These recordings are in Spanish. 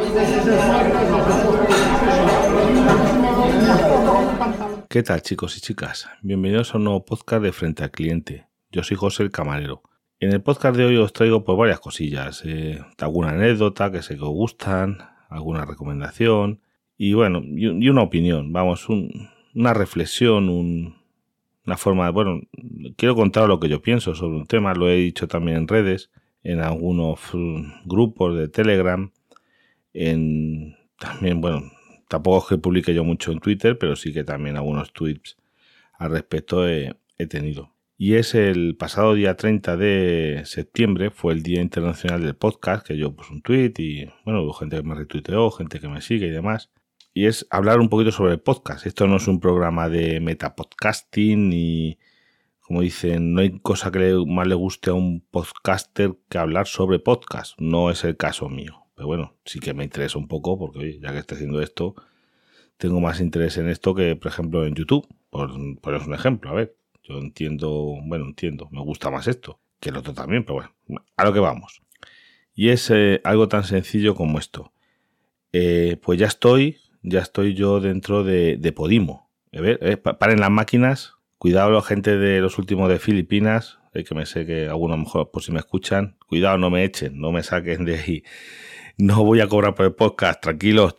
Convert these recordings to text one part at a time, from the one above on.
¿Qué tal, chicos y chicas? Bienvenidos a un nuevo podcast de Frente al Cliente. Yo soy José el Camarero. En el podcast de hoy os traigo pues varias cosillas, alguna anécdota que sé que os gustan, alguna recomendación y bueno, y una opinión, vamos, una reflexión, una forma de, bueno, quiero contar lo que yo pienso sobre un tema, lo he dicho también en redes, en algunos grupos de Telegram, también, bueno, tampoco es que publique yo mucho en Twitter, pero sí que también algunos tweets al respecto he tenido. Y es el pasado día 30 de septiembre, fue el Día Internacional del Podcast, que yo puse un tweet y, bueno, hubo gente que me retuiteó, gente que me sigue y demás. Y es hablar un poquito sobre el podcast. Esto no es un programa de metapodcasting ni, como dicen, no hay cosa que más le guste a un podcaster que hablar sobre podcast. No es el caso mío. Pero bueno, sí que me interesa un poco porque, oye, ya que estoy haciendo esto, tengo más interés en esto que, por ejemplo, en YouTube. Por poneros un ejemplo, a ver. Yo entiendo, me gusta más esto que el otro también, pero bueno, a lo que vamos. Y es algo tan sencillo como esto. Pues ya estoy yo dentro de Podimo. Paren las máquinas, cuidado la gente de los últimos de Filipinas, que me sé que algunos a lo mejor por si me escuchan, cuidado, no me echen, no me saquen de ahí. No voy a cobrar por el podcast, tranquilos.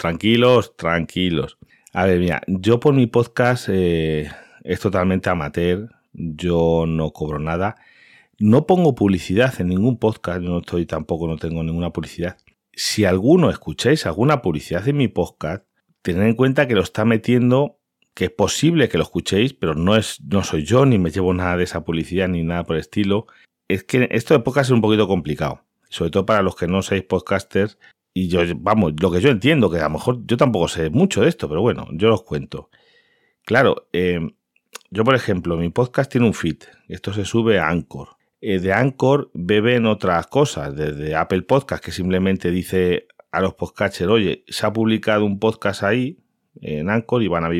A ver, mira, yo por mi podcast es totalmente amateur, yo no cobro nada, no pongo publicidad en ningún podcast, no tengo ninguna publicidad. Si alguno escucháis alguna publicidad en mi podcast, tened en cuenta que lo está metiendo, que es posible que lo escuchéis, pero no soy yo, ni me llevo nada de esa publicidad, ni nada por el estilo. Es que esto de podcast es un poquito complicado, sobre todo para los que no seáis podcasters. Y yo, vamos, lo que yo entiendo, que a lo mejor yo tampoco sé mucho de esto, pero bueno, yo os cuento. Claro, yo por ejemplo, mi podcast tiene un feed, esto se sube a Anchor. De Anchor beben otras cosas, desde Apple Podcast, que simplemente dice a los podcasters, oye, se ha publicado un podcast ahí, en Anchor, y van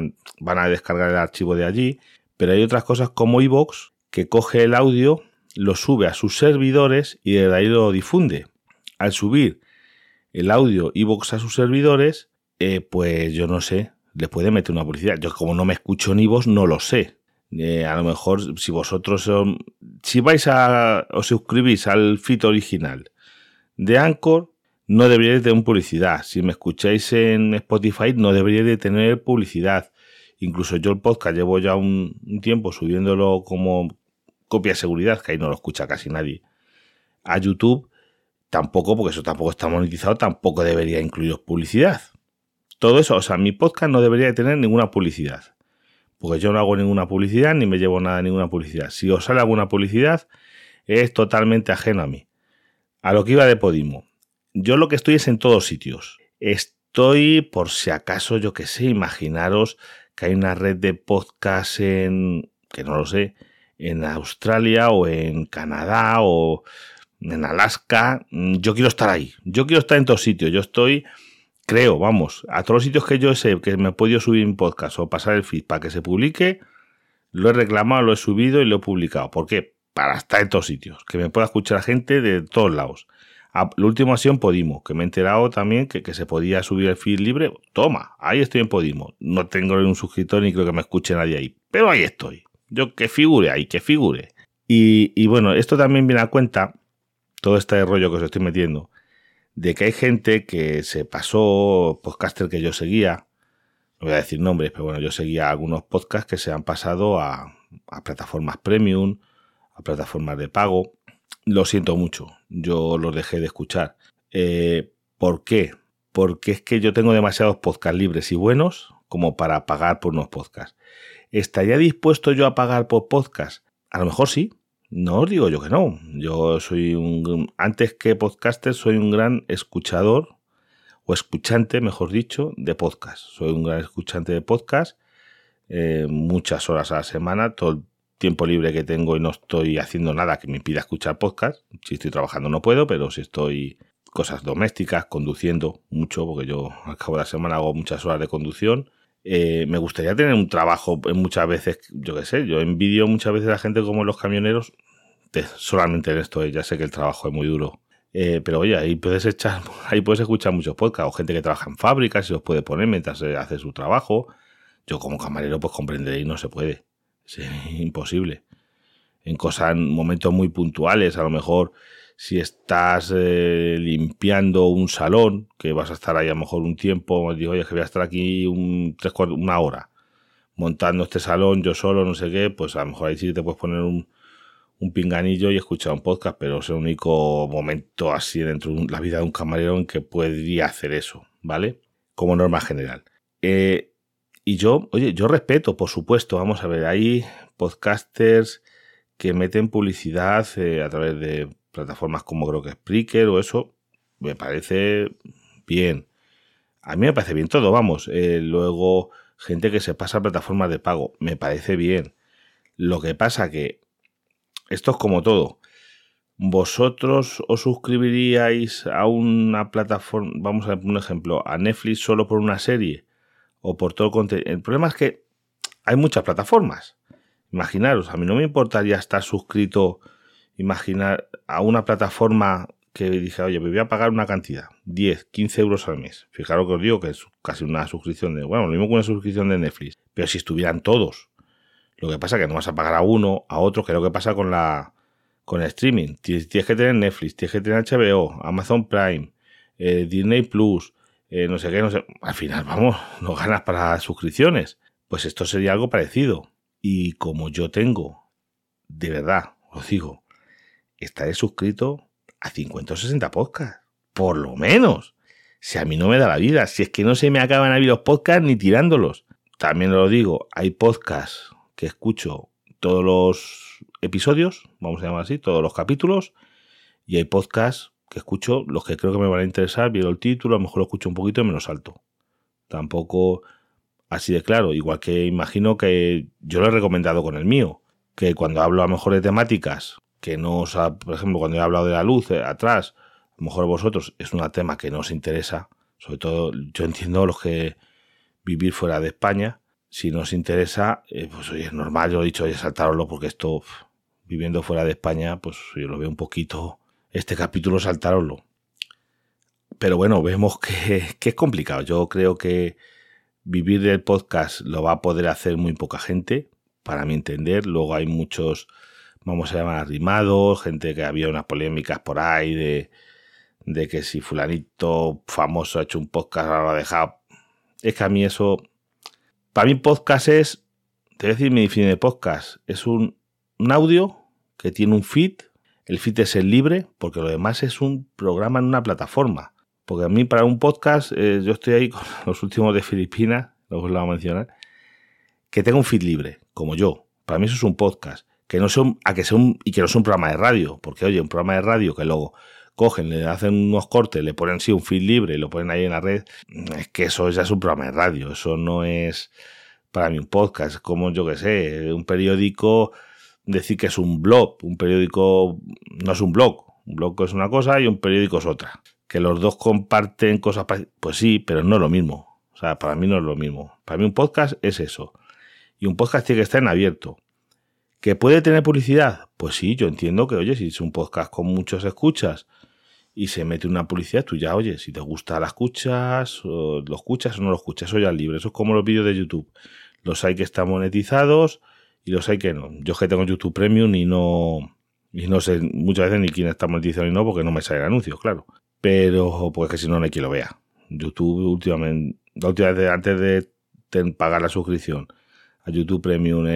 a descargar el archivo de allí, pero hay otras cosas como iVoox, que coge el audio, lo sube a sus servidores y desde ahí lo difunde. Al subir el audio iVoox a sus servidores, pues yo no sé, le puede meter una publicidad. Yo como no me escucho en iVoox, no lo sé. A lo mejor si vosotros, si vais os suscribís al feed original de Anchor, no deberíais de tener publicidad. Si me escucháis en Spotify, no deberíais de tener publicidad. Incluso yo el podcast llevo ya un tiempo subiéndolo como copia de seguridad, que ahí no lo escucha casi nadie. A YouTube tampoco, porque eso tampoco está monetizado, tampoco debería incluiros publicidad. Todo eso, o sea, mi podcast no debería de tener ninguna publicidad. Porque yo no hago ninguna publicidad ni me llevo nada de ninguna publicidad. Si os sale alguna publicidad, es totalmente ajeno a mí. A lo que iba de Podimo. Yo lo que estoy es en todos sitios. Estoy, por si acaso, yo que sé, imaginaros que hay una red de podcasts que no lo sé, en Australia o en Canadá o en Alaska. Yo quiero estar ahí. Yo quiero estar en todos sitios. Yo estoy... Creo, vamos, a todos los sitios que yo sé que me he podido subir un podcast o pasar el feed para que se publique, lo he reclamado, lo he subido y lo he publicado. ¿Por qué? Para estar en todos sitios, que me pueda escuchar gente de todos lados. Lo último ha sido en Podimo, que me he enterado también que se podía subir el feed libre. Toma, ahí estoy en Podimo. No tengo un suscriptor ni creo que me escuche nadie ahí, pero ahí estoy. Yo que figure ahí, que figure. Y bueno, esto también viene a cuenta, todo este rollo que os estoy metiendo, de que hay gente que se pasó, podcaster que yo seguía, no voy a decir nombres, pero bueno, yo seguía algunos podcasts que se han pasado a plataformas premium, a plataformas de pago. Lo siento mucho, yo los dejé de escuchar. ¿Por qué? Porque es que yo tengo demasiados podcasts libres y buenos como para pagar por unos podcasts. ¿Estaría dispuesto yo a pagar por podcasts? A lo mejor sí. No os digo yo que no. Yo soy antes que podcaster, soy un gran escuchador, o escuchante, mejor dicho, de podcast. Soy un gran escuchante de podcast, muchas horas a la semana, todo el tiempo libre que tengo y no estoy haciendo nada que me impida escuchar podcast. Si estoy trabajando no puedo, pero si estoy cosas domésticas, conduciendo mucho, porque yo al cabo de la semana hago muchas horas de conducción. Me gustaría tener un trabajo muchas veces, yo qué sé, yo envidio muchas veces a la gente como los camioneros, solamente en esto, ya sé que el trabajo es muy duro Pero oye, ahí puedes escuchar muchos podcasts, o gente que trabaja en fábricas y los puede poner mientras hace su trabajo. Yo como camarero pues comprenderé y no se puede. Es imposible. En momentos muy puntuales, a lo mejor si estás limpiando un salón, que vas a estar ahí a lo mejor un tiempo, digo, oye, que voy a estar aquí una hora montando este salón yo solo, no sé qué, pues a lo mejor ahí sí te puedes poner un pinganillo y escuchar un podcast, pero es el único momento así dentro de la vida de un camarero en que podría hacer eso, ¿vale? Como norma general. Y yo respeto, por supuesto, vamos a ver, hay podcasters que meten publicidad a través de plataformas como creo que Spreaker o eso, me parece bien. A mí me parece bien todo, vamos. Luego, gente que se pasa a plataformas de pago, me parece bien. Lo que pasa que esto es como todo. ¿Vosotros os suscribiríais a una plataforma, vamos a ver un ejemplo, a Netflix solo por una serie o por todo el contenido? El problema es que hay muchas plataformas. Imaginaros, a mí no me importaría estar suscrito, imaginar, a una plataforma que dije, oye, me voy a pagar una cantidad, 10, 15 euros al mes. Fijaros que os digo que es casi una suscripción lo mismo que una suscripción de Netflix. Pero si estuvieran todos. Lo que pasa es que no vas a pagar a uno, a otro, que es lo que pasa con el streaming. Tienes que tener Netflix, tienes que tener HBO, Amazon Prime, Disney Plus, no sé qué, no sé. Al final, vamos, no ganas para suscripciones. Pues esto sería algo parecido. Y como yo tengo, de verdad, os digo, estaré suscrito a 50 o 60 podcasts. Por lo menos. Si a mí no me da la vida. Si es que no se me acaban a mí los podcasts ni tirándolos. También lo digo, hay podcasts que escucho todos los episodios, vamos a llamar así, todos los capítulos, y hay podcasts que escucho los que creo que me van a interesar, veo el título, a lo mejor lo escucho un poquito y me lo salto. Tampoco así de claro, igual que imagino que yo lo he recomendado con el mío, que cuando hablo a lo mejor de temáticas que no os por ejemplo, cuando he hablado de la luz atrás, a lo mejor vosotros es un tema que no os interesa, sobre todo yo entiendo los que vivir fuera de España. Si no os interesa, pues oye, es normal, yo lo he dicho, oye, saltároslo, porque esto, viviendo fuera de España, pues yo lo veo un poquito, este capítulo saltároslo. Pero bueno, vemos que es complicado. Yo creo que vivir del podcast lo va a poder hacer muy poca gente, para mi entender. Luego hay muchos, vamos a llamar arrimados, gente que había unas polémicas por ahí de que si fulanito famoso ha hecho un podcast, ahora lo ha dejado. Es que a mí eso... Para mí podcast es, te voy a decir mi definición de podcast, es un audio que tiene un feed, el feed es el libre, porque lo demás es un programa en una plataforma. Porque a mí para un podcast, yo estoy ahí con los últimos de Filipinas, luego os lo voy a mencionar, que tenga un feed libre, como yo. Para mí eso es un podcast, que no sea y que no sea un programa de radio, porque oye, un programa de radio que luego cogen, le hacen unos cortes, le ponen un feed libre y lo ponen ahí en la red, es que eso ya es un programa de radio, eso no es para mí un podcast, como yo que sé, un periódico, decir que es un blog, un periódico no es un blog es una cosa y un periódico es otra, que los dos comparten cosas, pues sí, pero no es lo mismo, o sea, para mí no es lo mismo, para mí un podcast es eso, y un podcast tiene que estar en abierto. ¿Que puede tener publicidad? Pues sí, yo entiendo que, oye, si es un podcast con muchos escuchas y se mete una publicidad, tú ya, oye, si te gusta la escuchas, o lo escuchas o no lo escuchas, eso ya es libre. Eso es como los vídeos de YouTube. Los hay que están monetizados y los hay que no. Yo es que tengo YouTube Premium y no sé muchas veces ni quién está monetizado ni no, porque no me salen anuncios, claro. Pero, pues que si no hay quien lo vea. YouTube últimamente, la última vez antes de pagar la suscripción a YouTube Premium,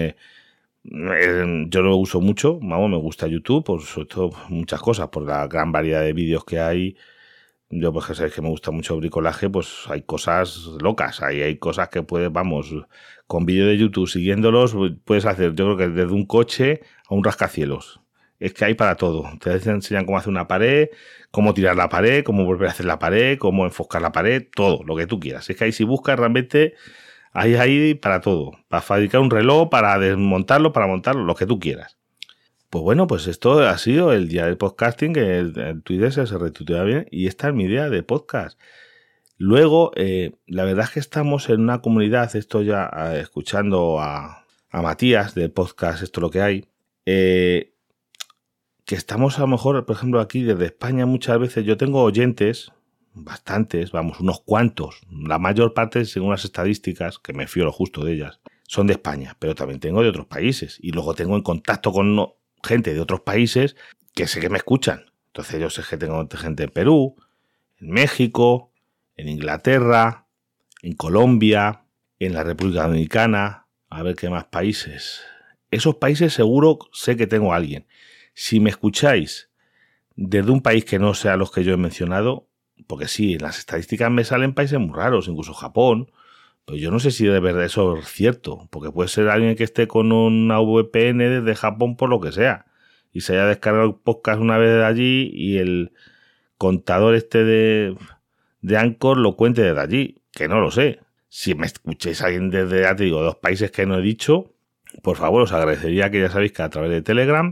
yo lo uso mucho, vamos, me gusta YouTube, por sobre todo muchas cosas, por la gran variedad de vídeos que hay. Yo, pues que sabéis que me gusta mucho el bricolaje, pues hay cosas locas, hay cosas que puedes, vamos, con vídeos de YouTube siguiéndolos, puedes hacer, yo creo que desde un coche a un rascacielos. Es que hay para todo. Te enseñan cómo hacer una pared, cómo tirar la pared, cómo volver a hacer la pared, cómo enfocar la pared, todo, lo que tú quieras. Es que ahí si buscas realmente... Hay para todo, para fabricar un reloj, para desmontarlo, para montarlo, lo que tú quieras. Pues bueno, pues esto ha sido el día del podcasting, que el Twitter se retuitea bien, y esta es mi idea de podcast. Luego, la verdad es que estamos en una comunidad, esto ya escuchando a Matías del podcast, esto es lo que hay, que estamos a lo mejor, por ejemplo, aquí desde España muchas veces, yo tengo oyentes, bastantes, vamos, unos cuantos, la mayor parte, según las estadísticas, que me fío lo justo de ellas, son de España, pero también tengo de otros países, y luego tengo en contacto con gente de otros países que sé que me escuchan. Entonces yo sé que tengo gente en Perú, en México, en Inglaterra, en Colombia, en la República Dominicana, a ver qué más países. Esos países seguro sé que tengo a alguien. Si me escucháis desde un país que no sea los que yo he mencionado, porque sí, en las estadísticas me salen países muy raros, incluso Japón, pero yo no sé si de verdad eso es cierto, porque puede ser alguien que esté con una VPN desde Japón por lo que sea, y se haya descargado el podcast una vez de allí y el contador este de Anchor lo cuente desde allí, que no lo sé. Si me escucháis alguien desde, ya te digo, 2 países que no he dicho, por favor, os agradecería que ya sabéis que a través de Telegram,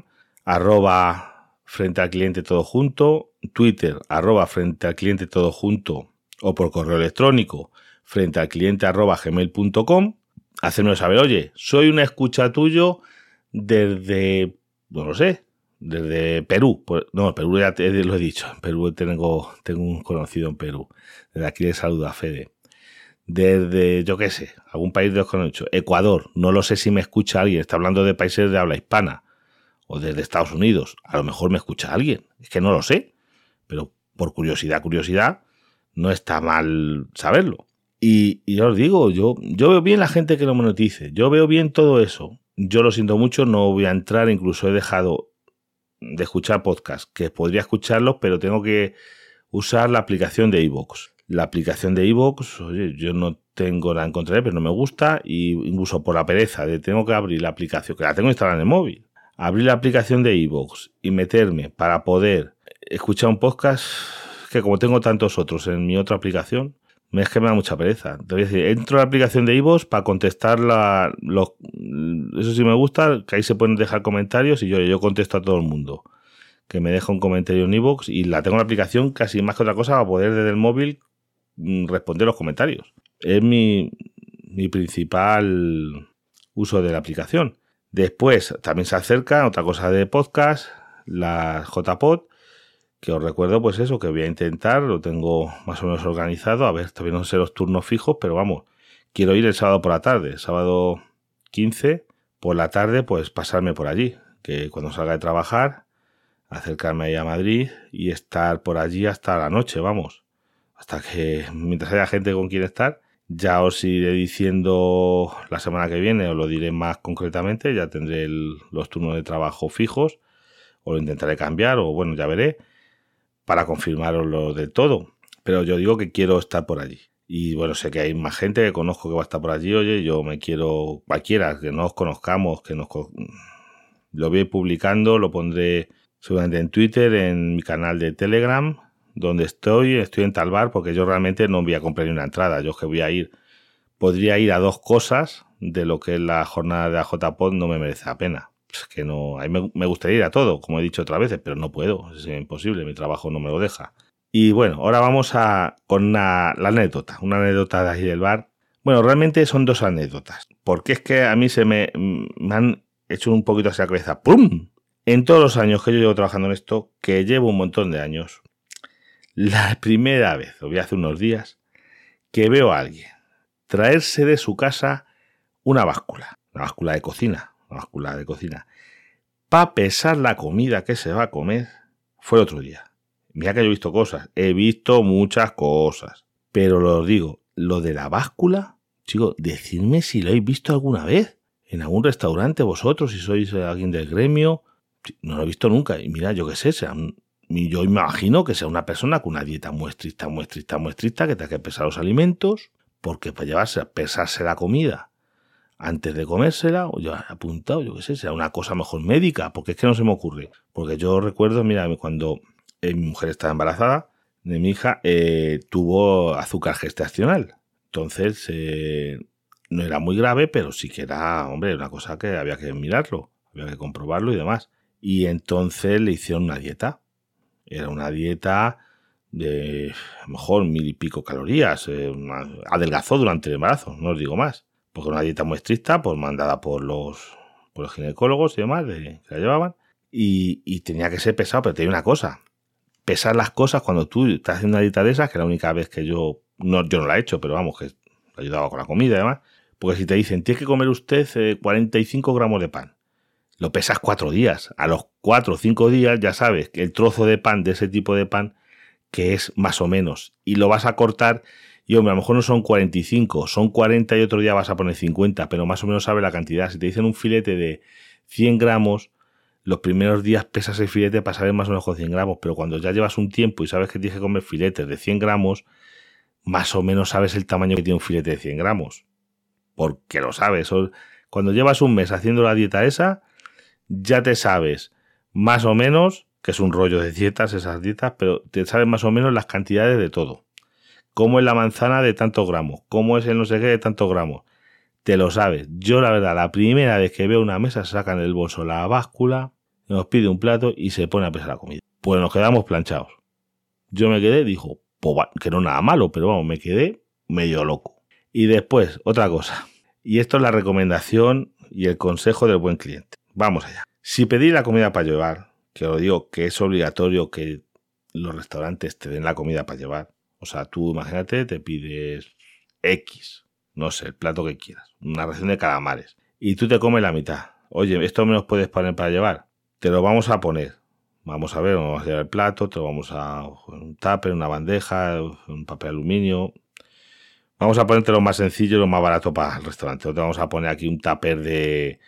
@frente al cliente todo junto, Twitter, @frente al cliente todo junto, o por correo electrónico, frente al cliente @gmail.com, hacedmelo saber, oye, soy una escucha tuyo desde, no lo sé, desde Perú. No, Perú ya lo he dicho, en Perú tengo un conocido en Perú. Desde aquí le saludo a Fede. Desde, yo qué sé, algún país de los que no he dicho. Ecuador, no lo sé si me escucha alguien, está hablando de países de habla hispana, o desde Estados Unidos, a lo mejor me escucha alguien, es que no lo sé, pero por curiosidad, no está mal saberlo. Y yo os digo, yo veo bien la gente que lo monetice, yo veo bien todo eso. Yo lo siento mucho, no voy a entrar, incluso he dejado de escuchar podcasts, que podría escucharlos, pero tengo que usar la aplicación de iVoox. La aplicación de iVoox, oye, yo no tengo nada en contra de él, pero no me gusta, y incluso por la pereza de tengo que abrir la aplicación, que la tengo instalada en el móvil, abrir la aplicación de iVoox y meterme para poder escuchar un podcast, que como tengo tantos otros en mi otra aplicación, es que me da mucha pereza. Te voy a decir, entro a la aplicación de iVoox para contestar eso sí me gusta, que ahí se pueden dejar comentarios y yo contesto a todo el mundo que me deja un comentario en iVoox, y la tengo en la aplicación casi más que otra cosa para poder desde el móvil responder los comentarios. Es mi principal uso de la aplicación. Después también se acerca otra cosa de podcast, la JPod, que os recuerdo pues eso, que voy a intentar, lo tengo más o menos organizado, a ver, todavía no sé los turnos fijos, pero vamos, quiero ir el sábado por la tarde, sábado 15 por la tarde, pues pasarme por allí, que cuando salga de trabajar, acercarme ahí a Madrid y estar por allí hasta la noche, vamos, hasta que mientras haya gente con quien estar. Ya os iré diciendo la semana que viene, os lo diré más concretamente, ya tendré los turnos de trabajo fijos, o lo intentaré cambiar, o bueno, ya veré, para confirmaroslo del todo. Pero yo digo que quiero estar por allí. Y bueno, sé que hay más gente que conozco que va a estar por allí, oye, yo me quiero, cualquiera, que no os conozcamos, lo voy publicando, lo pondré seguramente en Twitter, en mi canal de Telegram, donde estoy en tal bar, porque yo realmente no voy a comprar ni una entrada, yo que voy a ir, podría ir a 2 cosas de lo que es la jornada de AJPod, no me merece la pena. Es que no, a mí me gustaría ir a todo, como he dicho otras veces, pero no puedo, es imposible, mi trabajo no me lo deja. Y bueno, ahora vamos con la anécdota, una anécdota de ahí del bar. Bueno, realmente son 2 anécdotas, porque es que a mí me han hecho un poquito hacia la cabeza. ¡Pum! En todos los años que yo llevo trabajando en esto, que llevo un montón de años, la primera vez, o hace unos días, que veo a alguien traerse de su casa una báscula de cocina, para pesar la comida que se va a comer, fue el otro día. Mira que yo he visto cosas, he visto muchas cosas, pero os digo, lo de la báscula, chicos, decidme si lo habéis visto alguna vez, en algún restaurante vosotros, si sois alguien del gremio. No lo he visto nunca, y mira, yo qué sé, yo me imagino que sea una persona con una dieta muy estricta, que tenga que pesar los alimentos, porque para pesarse la comida antes de comérsela, o ya apuntado, yo qué sé, sea una cosa mejor médica, porque es que no se me ocurre. Porque yo recuerdo, mira, cuando mi mujer estaba embarazada de mi hija, tuvo azúcar gestacional. Entonces, no era muy grave, pero sí que era, hombre, una cosa que había que mirarlo, había que comprobarlo y demás. Y entonces le hicieron una dieta. Era una dieta de a lo mejor 1000 y pico calorías. Adelgazó durante el embarazo, no os digo más. Porque una dieta muy estricta, pues mandada por los ginecólogos y demás, que la llevaban. y tenía que ser pesado, pero tenía una cosa. Pesar las cosas cuando tú estás haciendo una dieta de esas, que la única vez que yo no la he hecho, pero vamos, que ayudaba con la comida y demás, porque si te dicen, tiene que comer usted 45 gramos de pan, lo pesas 4 días. A los 4 o 5 días ya sabes que el trozo de pan, de ese tipo de pan, que es más o menos, y lo vas a cortar, y hombre, a lo mejor no son 45, son 40 y otro día vas a poner 50, pero más o menos sabes la cantidad. Si te dicen un filete de 100 gramos, los primeros días pesas el filete para saber más o menos con 100 gramos, pero cuando ya llevas un tiempo y sabes que tienes que comer filetes de 100 gramos, más o menos sabes el tamaño que tiene un filete de 100 gramos. Porque lo sabes. Cuando llevas un mes haciendo la dieta esa, ya te sabes más o menos, que es un rollo de dietas esas dietas, pero te sabes más o menos las cantidades de todo. Cómo es la manzana de tantos gramos, cómo es el no sé qué de tantos gramos. Te lo sabes. Yo la verdad, la primera vez que veo una mesa, sacan del bolso la báscula, nos pide un plato y se pone a pesar la comida. Pues nos quedamos planchados. Yo me quedé, dijo, pues, que no nada malo, pero vamos, me quedé medio loco. Y después, otra cosa. Y esto es la recomendación y el consejo del buen cliente. Vamos allá. Si pedís la comida para llevar, que os digo que es obligatorio que los restaurantes te den la comida para llevar. O sea, tú imagínate, te pides X, no sé, el plato que quieras, una ración de calamares, y tú te comes la mitad. Oye, ¿esto me lo puedes poner para llevar? Te lo vamos a poner. Vamos a ver, vamos a llevar el plato, te lo vamos a un tupper, una bandeja, un papel aluminio. Vamos a ponerte lo más sencillo y lo más barato para el restaurante. No te vamos a poner aquí un tupper de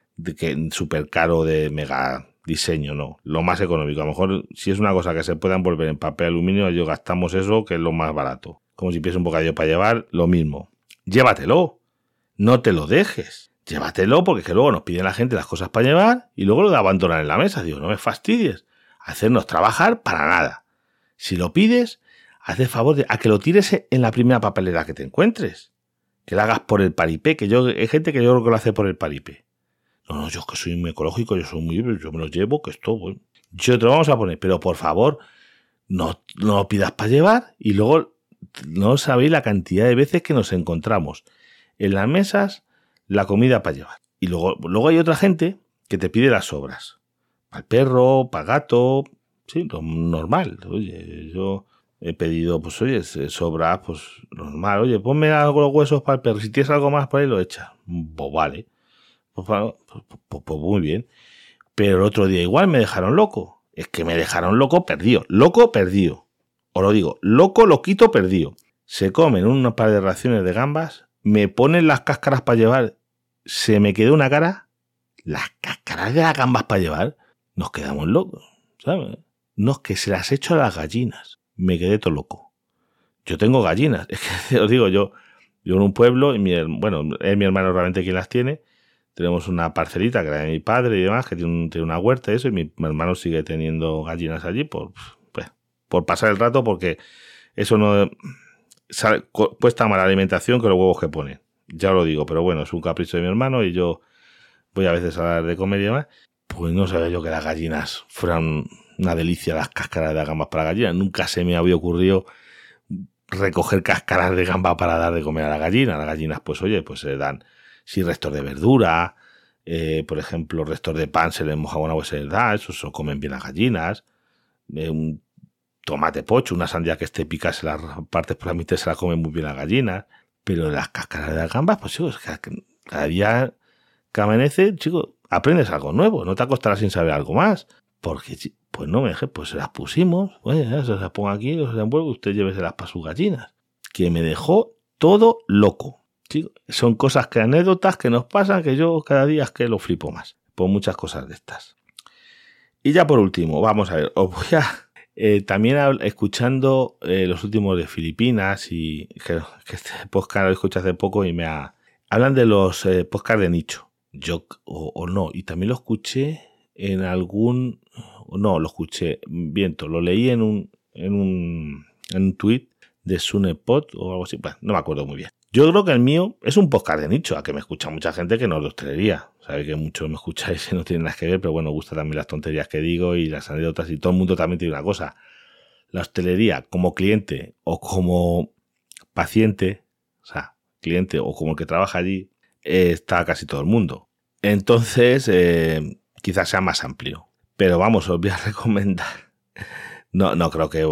que súper caro de mega diseño, no. Lo más económico. A lo mejor si es una cosa que se pueda envolver en papel aluminio, yo gastamos eso, que es lo más barato. Como si pides un bocadillo para llevar, lo mismo. Llévatelo. No te lo dejes. Llévatelo porque es que luego nos piden la gente las cosas para llevar y luego lo abandonan en la mesa. Digo, no me fastidies. Hacernos trabajar para nada. Si lo pides, haz el favor a que lo tires en la primera papelera que te encuentres. Que lo hagas por el paripé, que hay gente que yo creo que lo hace por el paripé. No, yo es que soy muy ecológico, yo me lo llevo, que esto, bueno. Yo te lo vamos a poner, pero por favor, no lo pidas para llevar y luego no sabéis la cantidad de veces que nos encontramos en las mesas la comida para llevar. Y luego hay otra gente que te pide las sobras. Para el perro, para el gato, sí, lo normal. Oye, yo he pedido, pues oye, sobras, pues normal. Oye, ponme algo los huesos para el perro. Si tienes algo más por ahí, lo echas. Pues vale. Pues muy bien. Pero el otro día igual me dejaron loco. Es que me dejaron loco perdido. Loco perdido. Os lo digo. Loco, loquito, perdido. Se comen un par de raciones de gambas. Me ponen las cáscaras para llevar. Se me quedó una cara. Las cáscaras de las gambas para llevar. Nos quedamos locos. ¿Sabes? No, es que se las echo a las gallinas. Me quedé todo loco. Yo tengo gallinas. Es que os digo, yo en un pueblo, y es mi hermano realmente quien las tiene. Tenemos una parcelita que era de mi padre y demás, que tiene una huerta y eso, y mi hermano sigue teniendo gallinas allí por pasar el rato, porque eso no cuesta más la alimentación que los huevos que ponen. Ya lo digo, pero bueno, es un capricho de mi hermano y yo voy a veces a dar de comer y demás. Pues no sabía yo que las gallinas fueran una delicia, las cáscaras de gambas para gallinas. Nunca se me había ocurrido recoger cáscaras de gamba para dar de comer a la gallina. Las gallinas, pues oye, pues se dan... Si restos de verdura, por ejemplo, restos de pan se les moja con agua y se les da, eso se comen bien las gallinas. Un tomate pocho, una sandía que esté picada, se las partes por la mitad, se la comen muy bien las gallinas. Pero las cáscaras de las gambas, pues chicos, cada día que amanece, chicos, aprendes algo nuevo, no te acostarás sin saber algo más. Porque, pues no me dejé, pues se las pusimos, oye, se las pongo aquí, se las envuelvo, usted lléveselas para sus gallinas. Que me dejó todo loco. Sí, son cosas anécdotas que nos pasan, que yo cada día es que lo flipo más por muchas cosas de estas. Y ya por último, vamos a ver, os voy a también escuchando los últimos de Filipinas y que este podcast lo escuché hace poco y hablan de los podcasts de nicho. Yo o no, y también lo escuché en algún, no, lo escuché, viento, lo leí en un tweet de Sunepod o algo así, bueno, no me acuerdo muy bien. Yo creo que el mío es un podcast de nicho, a que me escucha mucha gente que no es de hostelería. Sabe que muchos me escucháis y no tienen nada que ver, pero bueno, gusta también las tonterías que digo y las anécdotas, y todo el mundo también tiene una cosa. La hostelería como cliente o como paciente, o sea, cliente o como el que trabaja allí, está casi todo el mundo. Entonces, quizás sea más amplio. Pero vamos, os voy a recomendar. No creo que...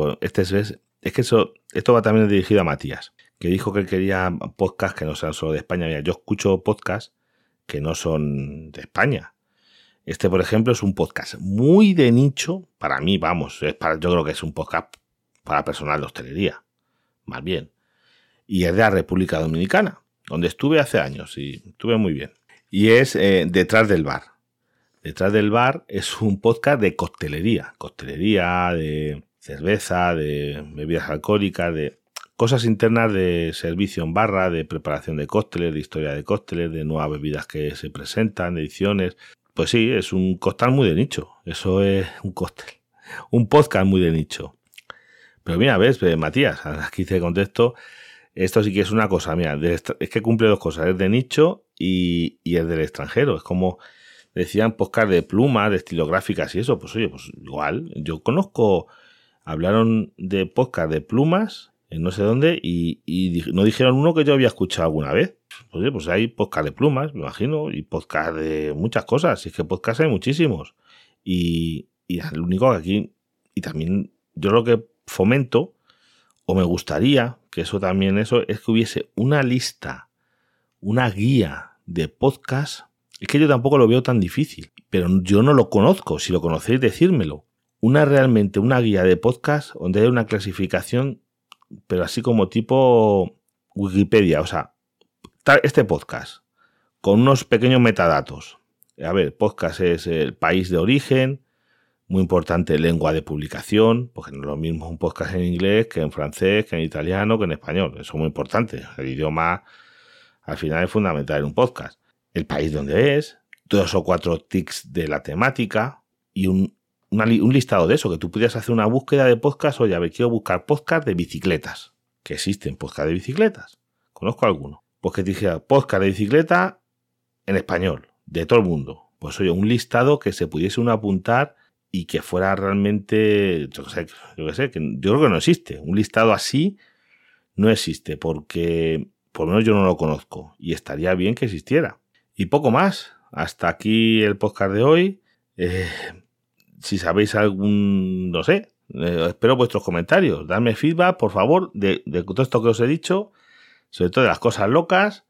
esto va también dirigido a Matías, que dijo que él quería podcasts que no sean solo de España. Mira, yo escucho podcasts que no son de España. Este, por ejemplo, es un podcast muy de nicho. Para mí, vamos, yo creo que es un podcast para personal de hostelería, más bien. Y es de la República Dominicana, donde estuve hace años y estuve muy bien. Y es Detrás del Bar. Detrás del Bar es un podcast de coctelería. Coctelería, de cerveza, de bebidas alcohólicas, de cosas internas de servicio en barra, de preparación de cócteles, de historia de cócteles, de nuevas bebidas que se presentan, de ediciones. Pues sí, es un cóctel muy de nicho. Eso es un cóctel. Un podcast muy de nicho. Pero mira, ves, Matías, aquí te contesto. Esto sí que es una cosa, mira, es que cumple dos cosas. Es de nicho y es del extranjero. Es como decían podcast de plumas, de estilográficas y eso. Pues oye, pues igual. Yo conozco, hablaron de podcast de plumas en no sé dónde y no dijeron uno que yo había escuchado alguna vez. Oye, pues hay podcast de plumas, me imagino, y podcast de muchas cosas. Y es que podcast hay muchísimos. Y lo único que aquí, y también yo lo que fomento, o me gustaría, que eso también es que hubiese una lista, una guía de podcast. Es que yo tampoco lo veo tan difícil, pero yo no lo conozco. Si lo conocéis, decírmelo. Realmente una guía de podcast donde hay una clasificación, pero así como tipo Wikipedia, o sea, este podcast con unos pequeños metadatos. A ver, podcast es el país de origen, muy importante, lengua de publicación, porque no es lo mismo un podcast en inglés que en francés, que en italiano, que en español. Eso es muy importante. El idioma al final es fundamental en un podcast. El país donde es, 2 o 4 tics de la temática y un listado de eso, que tú pudieras hacer una búsqueda de podcast. Oye, a ver, quiero buscar podcast de bicicletas, que existen podcast de bicicletas. Conozco alguno. Pues que te dijera podcast de bicicleta en español, de todo el mundo. Pues oye, un listado que se pudiese uno apuntar y que fuera realmente, yo qué sé, que yo creo que no existe. Un listado así no existe, porque por lo menos yo no lo conozco y estaría bien que existiera. Y poco más. Hasta aquí el podcast de hoy. Si sabéis algún, no sé, espero vuestros comentarios. Dadme feedback, por favor, de todo esto que os he dicho, sobre todo de las cosas locas,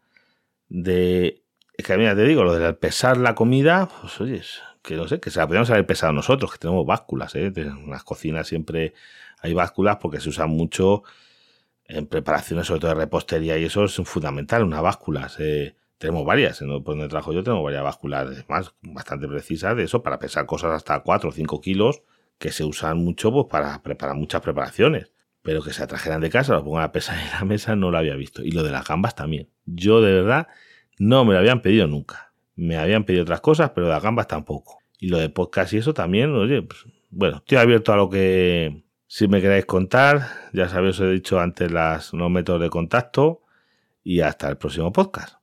es que mira, te digo, lo de pesar la comida, pues oye, que no sé, que se la podríamos haber pesado nosotros, que tenemos básculas, en las cocinas siempre hay básculas porque se usan mucho en preparaciones, sobre todo de repostería, y eso es fundamental, unas básculas. Tenemos varias, por donde trabajo yo tengo varias básculas, además, bastante precisas de eso, para pesar cosas hasta 4 o 5 kilos, que se usan mucho pues para preparar muchas preparaciones. Pero que se trajeran de casa, lo pongan a pesar en la mesa, no lo había visto. Y lo de las gambas también. Yo, de verdad, no me lo habían pedido nunca. Me habían pedido otras cosas, pero las gambas tampoco. Y lo de podcast y eso también, oye, pues, bueno, estoy abierto a lo que, si me queráis contar. Ya sabéis, os he dicho antes los métodos de contacto. Y hasta el próximo podcast.